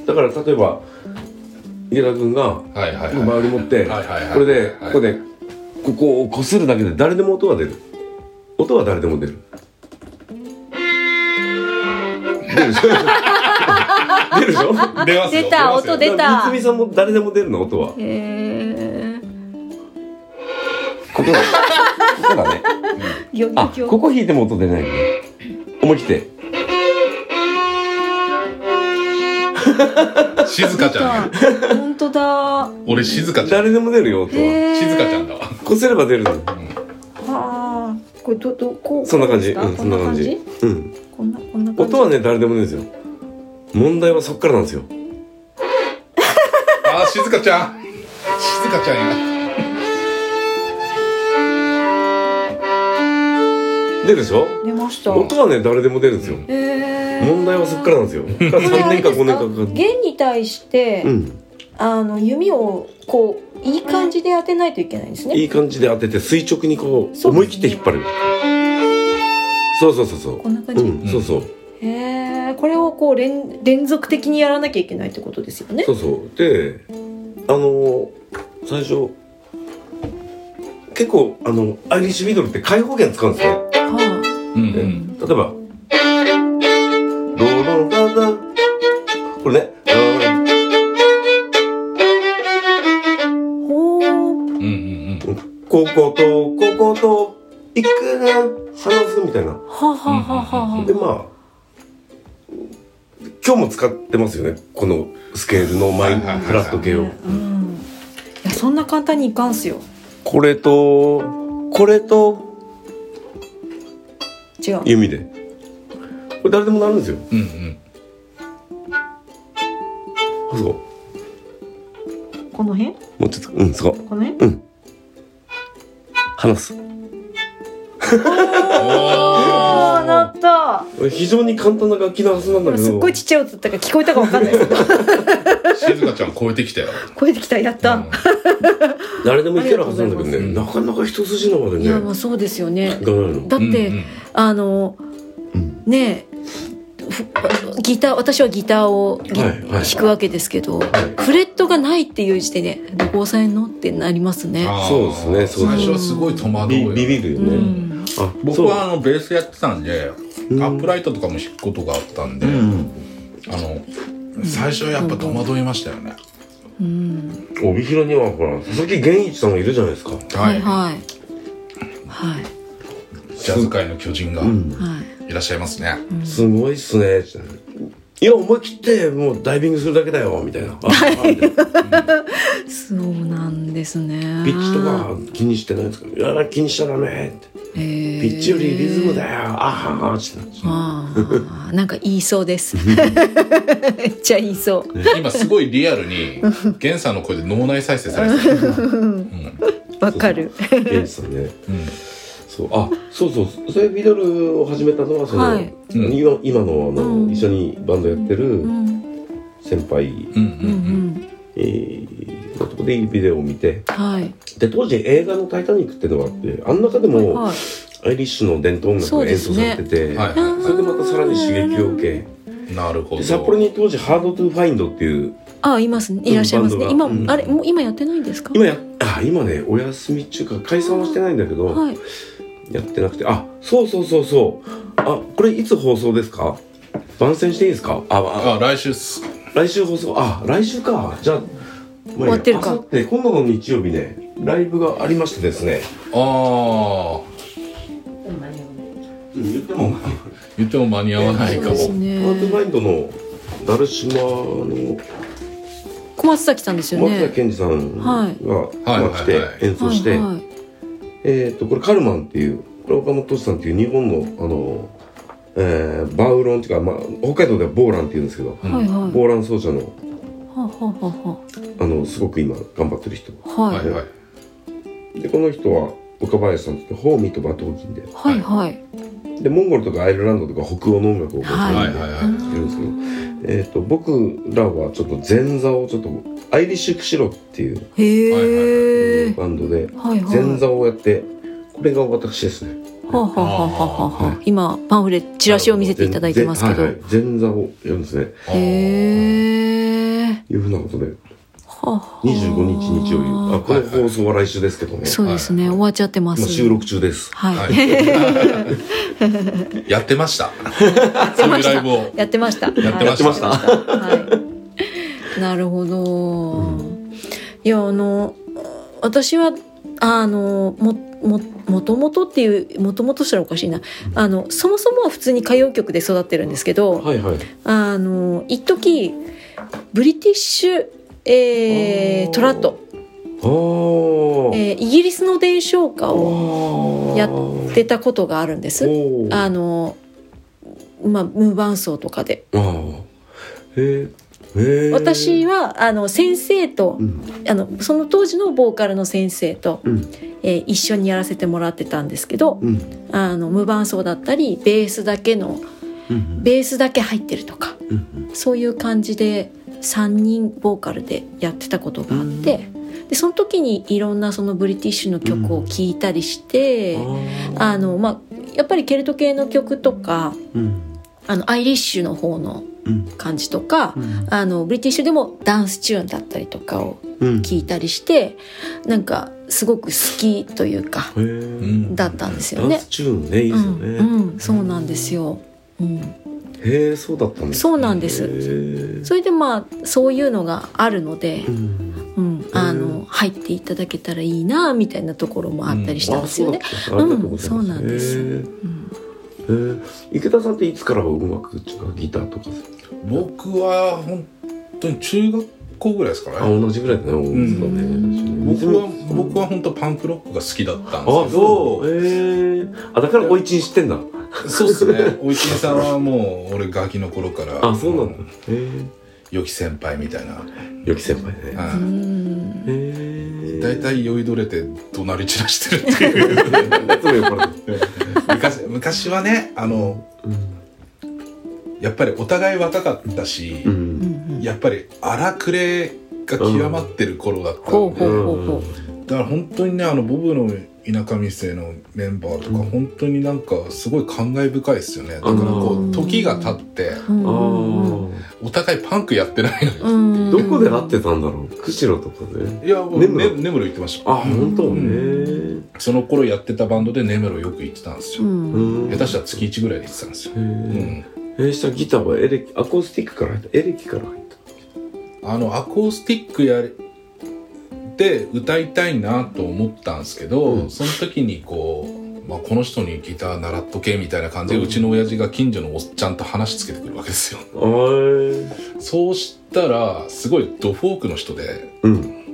だから例えば池田君がバイオリン持ってこれでここでここをこするだけで誰でも音が出る。音は誰でも出る。 出るでしょ出るでしょ出ますよ。 出た、音出た。 三つみさんも誰でも出るの、音は。 へえ。 ここだ。ここだね。あ、ここ弾いても音出ないね。思い切って。 静香ちゃん。 本当だ。 俺静香ちゃん。 誰でも出るよ、音は。 静香ちゃんだわ。 こすれば出るの。はあ。これどどこう。 そんな感じ。うん、そんな感じ。うん。 こんなこんな感じ。 音はね、誰でも出るんですよ。問題はそっからなんですよ。 あ、静香ちゃん。静香ちゃんや。 出るでしょ。 出ました。 音はね、誰でも出るんですよ。問題はそっからなんですよ。さんねんかごねんかかかる。 弦に対して、うん、あの弓をこういい感じで当てないといけないんですね。 いい感じで当てて垂直にこう思い切って引っ張る。そうそうそうそう。 こんな感じ。 うん、そうそう。 へえ、これをこう連連続的にやらなきゃいけないってことですよね。 そうそう。で、あの最初結構あのアイリッシュミドルって開放弦使うんですね。はあ。うん、うん。例えば。ドロダダこれね。 ほー。 うんうんうん。こことここといくら話すみたいな。はははは。 でまあ今日も使ってますよね。このスケールのマイフラット系を。うん。いやそんな簡単にいかんすよ。 これとこれと違う。 弓で。これ誰でもなるんですよ。うんうん。あ、そう。 この辺？ もうちょっと、うん、そう。 この辺？ うん。話す。 おー、なった。 非常に簡単な楽器のはずなんだけど。 すっごいちっちゃい音だったから聞こえたかわかんないですけど。 静香ちゃん超えてきたよ。 超えてきた、やった。うん、 誰でもいけるはずなんだけどね、なかなか一筋縄でね。 いや、まあそうですよね。だって、 うんうん、 あの、うん、ねえ。ギター私はギターを、はいはい、弾くわけですけど、はい、フレットがないっていう時点でどこ押さえんのってなりますね。 そうですね。 最初はすごい戸惑うよ。 ビビるよね。うん、 あ僕はあのベースやってたんで、うん、アップライトとかも弾くことがあったんで、うん、あの最初はやっぱ戸惑いましたよね。 うん、 帯広にはほら佐々木源一さんがいるじゃないですか。 はいはいはい。 ジャズ界の巨人がいらっしゃいますね。 うん、すごいっすね。いや思い切ってもうダイビングするだけだよみたいな。 そうなんですね。 ピッチとか気にしてないんですか。いや気にしちゃダメって。ピッチよりリズムだよ。ああってあなんか言いそうです。めっちゃ言いそう。 今すごいリアルに源さんの声で脳内再生されてる。 わかる。 源さんね。そうあそうそうそれビドルを始めたのはその、はい、今, 今の, あの、うん、一緒にバンドやってる先輩のとこでビデオを見て、はい、で当時映画の「タイタニック」っていうのがあってあん中でも、はい、アイリッシュの伝統音楽が演奏されてて そ,、ねはい、それでまたさらに刺激を受けなるほど札幌に当時ハードトゥーファインドっていうあいますねいらっしゃいますね今、うん、あれもう今やってないんですか。 今やあ今ねお休みっていうか解散はしてないんだけど、はいやってなくてあそうそうそうそうあこれいつ放送ですか。番宣していいですか。あああ来週っす。 来週放送あ来週かじゃあ終わってるか。 あさって今度の日曜日ねライブがありましてですねああ、 うん、言っても言っても間に合わないかも。 ハートマインドの成島の小松崎さんですよね。 小松崎健二さんが、はいまあ、来て演奏して、はいはいはいえー、とこれカルマンっていうこれ岡本俊さんっていう日本のあの、えー、バウロンっていうか、まあ、北海道ではボーランっていうんですけど、はいはい、ボーラン奏者の、はははあのすごく今頑張ってる人、はいはい、でこの人は岡林さんって言ってホーミーと馬頭琴で、はいはい、でモンゴルとかアイルランドとか北欧の音楽をやってるんですけど、えー、と僕らはちょっと前座をちょっとアイリッシュクシロっていうへーバンドで前座をやってこれが私ですね。 はあ、はあはあはあ、今パンフレチラシを見せていただいてますけど、はいはい、 前座をやるんですね。 へーいうふうなことでにじゅうごにち日曜日。あ、この放送は来週ですけどね。 そうですね、終わっちゃってます。 収録中です。 はい。 やってました。 やってました。やってました。 やってました。 はい。なるほど。いや、あの私はあのもももともとっていうもともとしたらおかしいな、あのそもそもは普通に歌謡曲で育ってるんですけど、 はいはい、 あの一時ブリティッシュ、えー、トラット、えー、イギリスの伝承歌をやってたことがあるんです。あの、まあ、無伴奏とかで。 へー私はあの先生と、うん、あのその当時のボーカルの先生と、うん、えー、一緒にやらせてもらってたんですけど、うん、あの無伴奏だったりベースだけの、うん、ベースだけ入ってるとか、うん、そういう感じでさんにんボーカルでやってたことがあって、うん、でその時にいろんなそのブリティッシュの曲を聴いたりして、うん、あのまあ、やっぱりケルト系の曲とか、うん、あのアイリッシュの方の感じとか、うん、あのブリティッシュでもダンスチューンだったりとかを聞いたりして、うん、なんかすごく好きというかだったんですよね。 ダンスチューンね、いいですよね、 うんうん、そうなんですよ、うん、 へえ、そうだったんですか。 そうなんです。それでまあそういうのがあるので、うんうん、あの入っていただけたらいいなみたいなところもあったりしたんですよね。うん、そうなんです、うん。 えー、池田さんっていつから音楽っていうかギターとか？ 僕は本当に中学校ぐらいですかね。 あ、同じぐらいだね。うん、 僕は僕は本当パンクロックが好きだったんですけど、 あ、えー、あ、だからおいちん知ってんだ。 そうですね。おいちんさんはもう俺ガキの頃から、 あ、そうなんだ。へー、 良き先輩みたいな。 良き先輩ね。 うん、へえ。だいたい酔いどれて怒鳴り散らしてるっていう昔, 昔はね、あの、うん、やっぱりお互い若かったし、うん、やっぱり荒くれが極まってる頃だったんで、うん、だから本当にね、あのボブの田舎店のメンバーとか、うん、本当になんかすごい感慨深いですよね。だからこう時が経って、うん、お互いパンクやってないのよ、 うん、どこで会ってたんだろう。釧路とかで。 いや、もう根室行ってました。 あ、本当ね、 うん、その頃やってたバンドで根室よく行ってたんですよ、うん、下手したら月いちぐらいで行ってたんですよ。へ、うん、 えしたギターはエレキ、アコースティックから入った？エレキから入った？ あのアコースティックやで歌いたいなと思ったんですけど、うん、その時にこう、まあ、この人にギター習っとけみたいな感じで、うん、うちの親父が近所のおっちゃんと話つけてくるわけですよ。そうしたらすごいドフォークの人で、うん、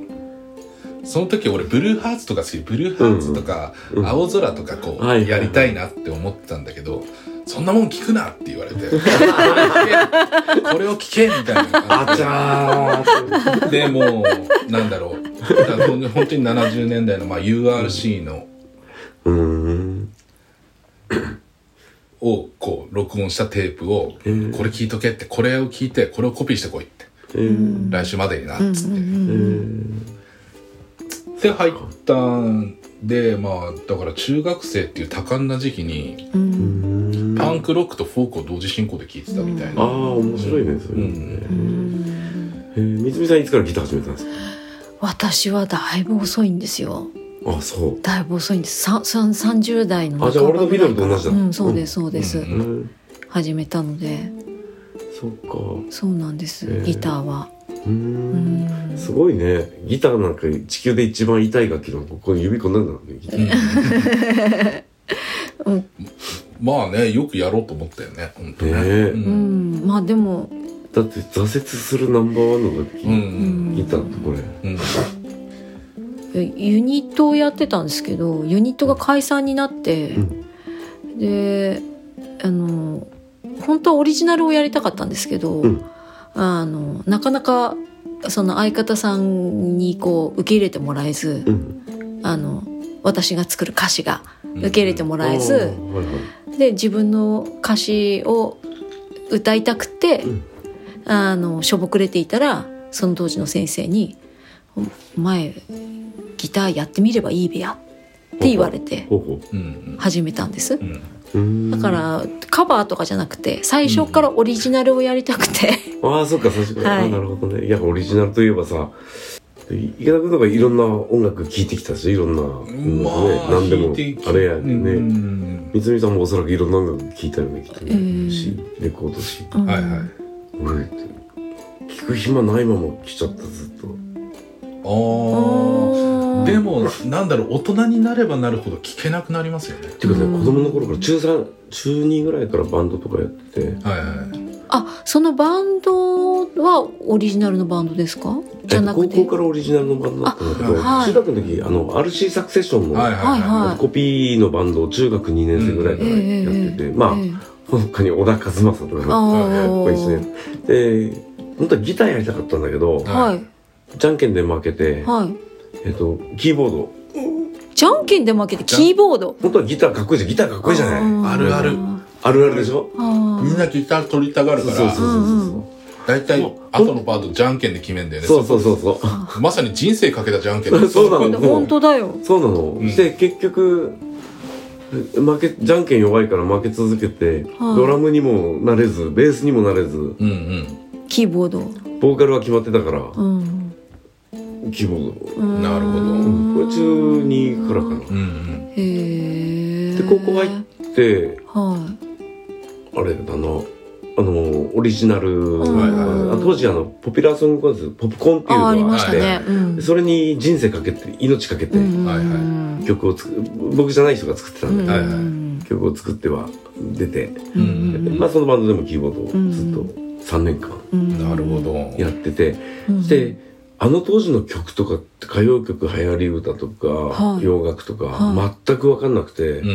その時俺ブルーハーツとか好きで、ブルーハーツとか、うん、青空とかこう、うん、やりたいなって思ってたんだけど、そんなもん聞くなって言われてこれを聞けみたいな感じで、あちゃーでもうなんだろう、だ本当にななじゅうねんだいの、まあ、ユーアールシー の、うん、をこう録音したテープを、えー、これ聞いとけって、これを聞いてこれをコピーしてこいって、えー、来週までになっつって、えー、で入ったんで、まあだから中学生っていう多感な時期に、うん、パンクロックとフォークを同時進行で聴いてたみたいな、 うん、ああ面白いね、それ、うん、えー、みつみさんいつからギター始めたんですか？ 私はだいぶ遅いんですよ。 あ、そう。 だいぶ遅いんです。さささんじゅうだいの半ばぐらいから。あ、じゃあ俺のフィドルと同じだ。 うん、そうですそうです、うん、始めたので。 そっか。 そうなんです、えー、ギターは。 うーん、すごいね。ギターなんか地球で一番痛い楽器のここに指こんなんだろうね、ギター、 うん、まあね、よくやろうと思ったよね、本当ね、 ね、 うん、まあでもだって挫折するナンバーワンの楽器、うん、ギターってこれ、 うん、ユニットをやってたんですけど、ユニットが解散になって、うん、であの本当はオリジナルをやりたかったんですけど、うん、あのなかなかその相方さんにこう受け入れてもらえず、うん、あの私が作る歌詞が受け入れてもらえず、うんはいはい、で自分の歌詞を歌いたくて、うん、あのしょぼくれていたら、その当時の先生に「お前ギターやってみればいいべや」って言われて始めたんです、うんうん、だからカバーとかじゃなくて最初からオリジナルをやりたくて、 うん、ああそっか最初から、はい、あなるほどね。やっぱオリジナルといえばさ、 池田君とかいろんな音楽聴いてきたし、いろんな音楽ね、まあ、何でもあれやね、うん、三海さんもおそらくいろんな音楽聴いたよねきっとね、えー、レコードし、うん、はいはい、俺聴く暇ないまま来ちゃったずっと。 あでもなんだろう、大人になればなるほど聴けなくなりますよね。 っていうかね、子供の頃から中さん中にぐらいからバンドとかやってて、はいはい、 あ、そのバンドはオリジナルのバンドですか？じゃなくて高校からオリジナルのバンドだったんだけど、はい、中学の時あの アールシー サクセッションの、はいはいはい、コピーのバンドを中学にねん生ぐらいからやってて、うんえー、まあ、えー、他に小田和正とかご一緒にで、本当はギターやりたかったんだけど、はい、じゃんけんで負けて、はい、えっとキーボード、 じゃんけんで負けてキーボード、 本当はギターかっこいいじゃん、ギターかっこいいじゃない、 あるあるあるあるでしょ。 みんなギター取りたがるから、そうそうそうそう、大体後のパートじゃんけんで決めんだよね。 そうそうそうそうまさに人生かけたじゃんけんそうなの、 本当だよ。 そうなの、うん、で結局負けじゃんけん弱いから負け続けて、はあ、ドラムにもなれずベースにもなれず、うんうん、 キーボードボーカルは決まってたから、うん、キーボード、 なるほど、 うん、これ中にからかな、うんうん、へで高校入って、はい、あれだな、あのオリジナル、うん、当時あのポピュラーソングコンテストポップコーンっていうのがあって、ありましたね、うん、それに人生かけて命かけて、うん、曲をつく僕じゃない人が作ってたんで、うん、曲を作っては出て、うん、まあそのバンドでもキーボードをずっとさんねんかん、 なるほどやってて、うん、であの当時の曲とかって歌謡曲、流行り歌とか、はい、洋楽とか、はい、全く分かんなくて、うん、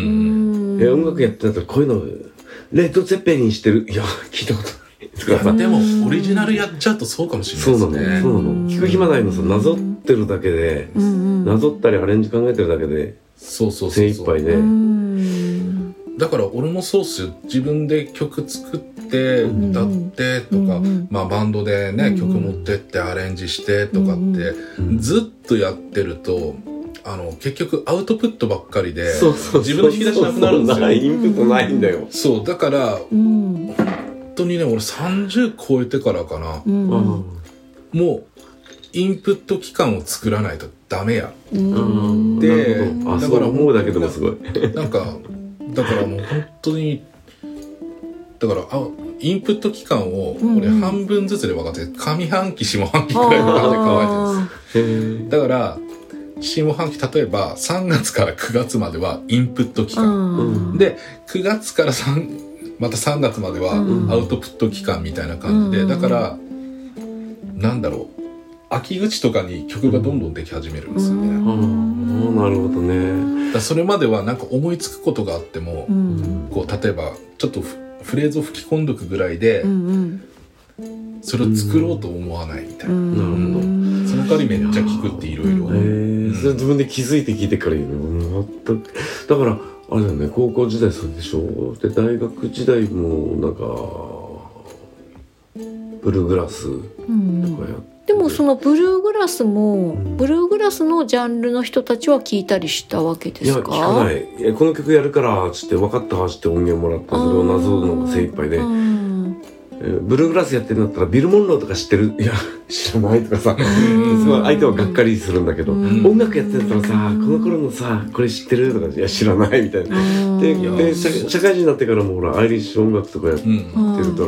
え音楽やってたらこういうのレッド・ツェッペリンしてる、いや聞いたことない。 いやでもオリジナルやっちゃうとそうかもしれないですね。 そうなの、そうなの。聞く暇ないのさ、なぞってるだけで、うん、なぞったりアレンジ考えてるだけで、 そうそうそう精一杯で。 だから俺もそうっすよ。自分で曲作って歌ってとか、うん、まあバンドでね、うん、曲持ってってアレンジしてとかって、うん、ずっとやってると。あの結局アウトプットばっかりで自分の引き出しなくなるんですよ。 インプットないんだよ。 そうだから、うん、本当にね俺さんじゅう超えてからかな、うん、もうインプット期間を作らないとダメや、うん、でだから思うだけでもすごいなんかだからもう本当にだからあインプット期間を俺半分ずつで分かって上半期下半期くらいの感じで考えてるんです。だから下半期例えばさんがつからくがつまではインプット期間、うん、でくがつから3またさんがつまではアウトプット期間みたいな感じで、うん、だからなんだろう秋口とかに曲がどんどんでき始めるんですよね、うんうん、なるほどね。 だそれまではなんか思いつくことがあっても、うん、こう例えばちょっとフレーズを吹き込んどくぐらいで、うんうん、それを作ろうと思わないみたいな、うん、なるほど。その代わりめっちゃ聞くっていろいろ、 それ自分で気づいて聞いてから言うの全くだからあれだよね。高校時代そうでしょ。で大学時代もなんかブルーグラスとかやって、うん、 でもそのブルーグラスも、うん、ブルーグラスのジャンルの人たちは聞いたりしたわけですか？ いや聞かない。いやこの曲やるからつって分かったって音源もらってそれをなぞるのが精一杯で、ブルーグラスやってるんだったらビル・モンローとか知ってる？いや知らないとかさすごい相手はがっかりするんだけど、音楽やってるんだったらさこの頃のさこれ知ってるとかいや知らないみたいなでで 社, 社会人になってからもほらアイリッシュ音楽とかやってるから、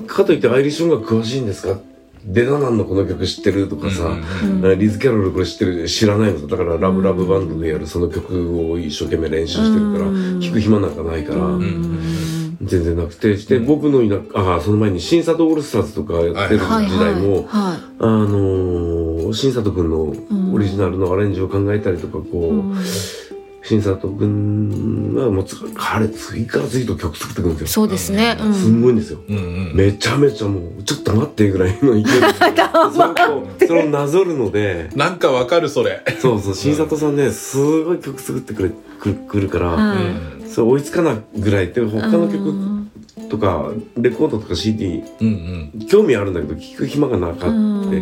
かといってアイリッシュ音楽詳しいんですか？デナナンのこの曲知ってるとかさ、リズ・キャロルこれ知ってる知らないのだからラブラブバンドでやるその曲を一生懸命練習してるから聴く暇なんかないから全然なくて、で、うん、僕のいなあその前に新里オールスターズとかやってる時代も、はいはいはい、あのー、新里くんのオリジナルのアレンジを考えたりとかこう、うん、新里くんはもう彼次から次と曲作ってくるんですよ。 そうですね、うん、 すんごいんですよ、うんうん、めちゃめちゃもうちょっと待ってぐらいの勢いでそれをなぞるのでなんかわかるそれそうそう新里さんねすごい曲作ってくれく, くるから、うん、それ追いつかないぐらいって他の曲とかレコードとか シーディー、うんうん、興味あるんだけど聴く暇がなかった、うん、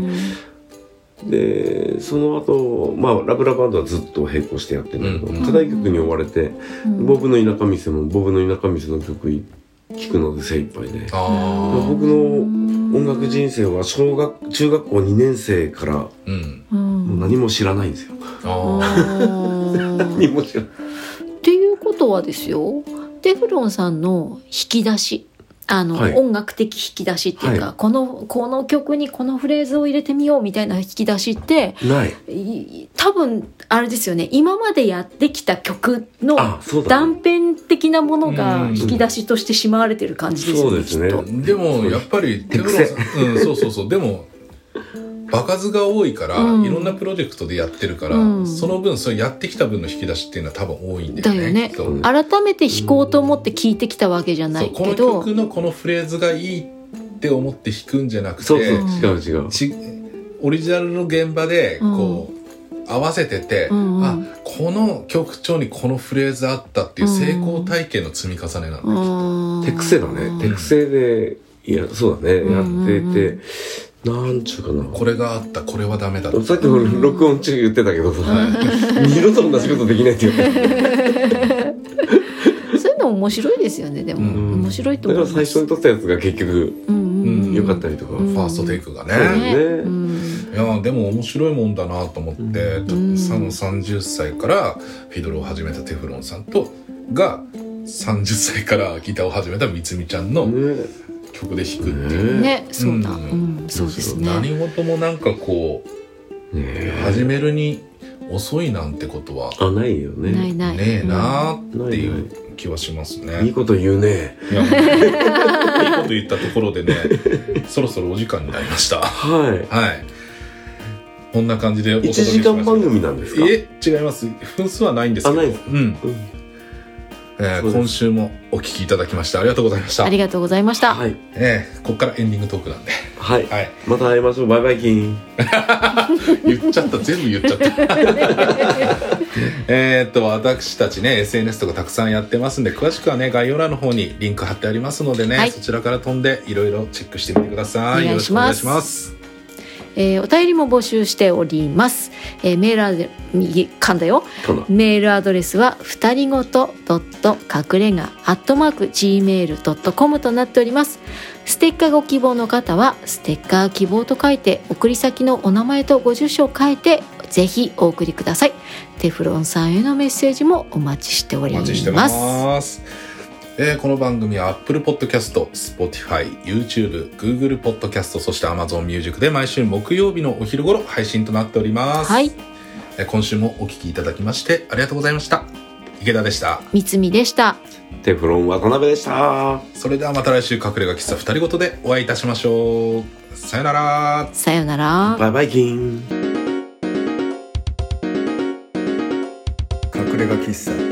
でその後まあラブラバンドはずっと並行してやってるんだけど、うん、課題曲に追われて、うん、ボブの田舎店もボブの田舎店の曲聴くので精一杯で、あ僕の音楽人生は小学中学校にねん生から、うん、もう何も知らないんですよ。あ何も知らないっていうことはですよ、テフロンさんの引き出し、あの、はい、音楽的引き出しっていうか、はい、このこの曲にこのフレーズを入れてみようみたいな引き出しってない多分あれですよね、今までやってきた曲の断片的なものが引き出しとしてしまわれてる感じですよね、うん、 そうですね。 でもやっぱりテフロンさん、うん、そうそうそうでも場数が多いから、うん、いろんなプロジェクトでやってるから、うん、その分それやってきた分の引き出しっていうのは多分多いんだよね。 だよね。改めて弾こうと思って聴いてきたわけじゃないけど、 この曲のこのフレーズがいいって思って弾くんじゃなくて、 そうそう違う違うちオリジナルの現場でこう、うん、合わせてて、うんうん、あこの曲調にこのフレーズあったっていう成功体験の積み重ねなんだよ、 うん、手癖だね。手癖でいやそうだね、うん、やってて。なんちゅうかな、 これがあったこれはダメだ、 さっきも録音中言ってたけどさ、二度と同じことできないって言うそういうの面白いですよね。でも、うん、面白いと思います。 だから最初に撮ったやつが結局良、うんうん、かったりとか、 ファーストテイクがね、ね、うん、いやでも面白いもんだなと思って、うん、さんじゅっさいからフィドルを始めたテフロンさんとがさんじゅっさいからギターを始めたみつみちゃんの、ね曲で弾くっていうね、そうだ、うんうん、そうですね。 何事もなんかこう、ね、始めるに遅いなんてことはあないよね。 ないないねえなーっていう気はしますね。 いいこと言うね。 いやいいこと言ったところでね、そろそろお時間になりました。 はいはい。こんな感じでお届けしました。 いちじかん番組なんですか？ え違います。分数はないんですけど。 あないです。 うん。うんえー、今週もお聞きいただきましてありがとうございました。 ありがとうございました。 はい。 えー、ここからエンディングトークなんで。 はい。はい、また会いましょう。バイバイキン。 言っちゃった。全部言っちゃった。えっと私たちね エスエヌエス とかたくさんやってますんで、詳しくはね概要欄の方にリンク貼ってありますのでね、はい、そちらから飛んでいろいろチェックしてみてください。よろしくお願いします。 えー、お便りも募集しております。えー、メールアドレ右噛んだよ。メールアドレスはふたりごとドット隠れ家アットマーク ジーメールドットコム となっております。ステッカーご希望の方はステッカー希望と書いて送り先のお名前とご住所を書いてぜひお送りください。テフロンさんへのメッセージもお待ちしております。お待ちしてます。 えー、この番組は Apple Podcast、Spotify、YouTube、Google Podcast、そして Amazon Music で毎週木曜日のお昼頃配信となっております。 はい。 えー、今週もお聞きいただきましてありがとうございました。池田でした。 三つみでした。 テフロン渡辺でした。 それではまた来週隠れ家喫茶二人ごとでお会いいたしましょう。さよなら。 さよなら。 バイバイキン。 隠れ家喫茶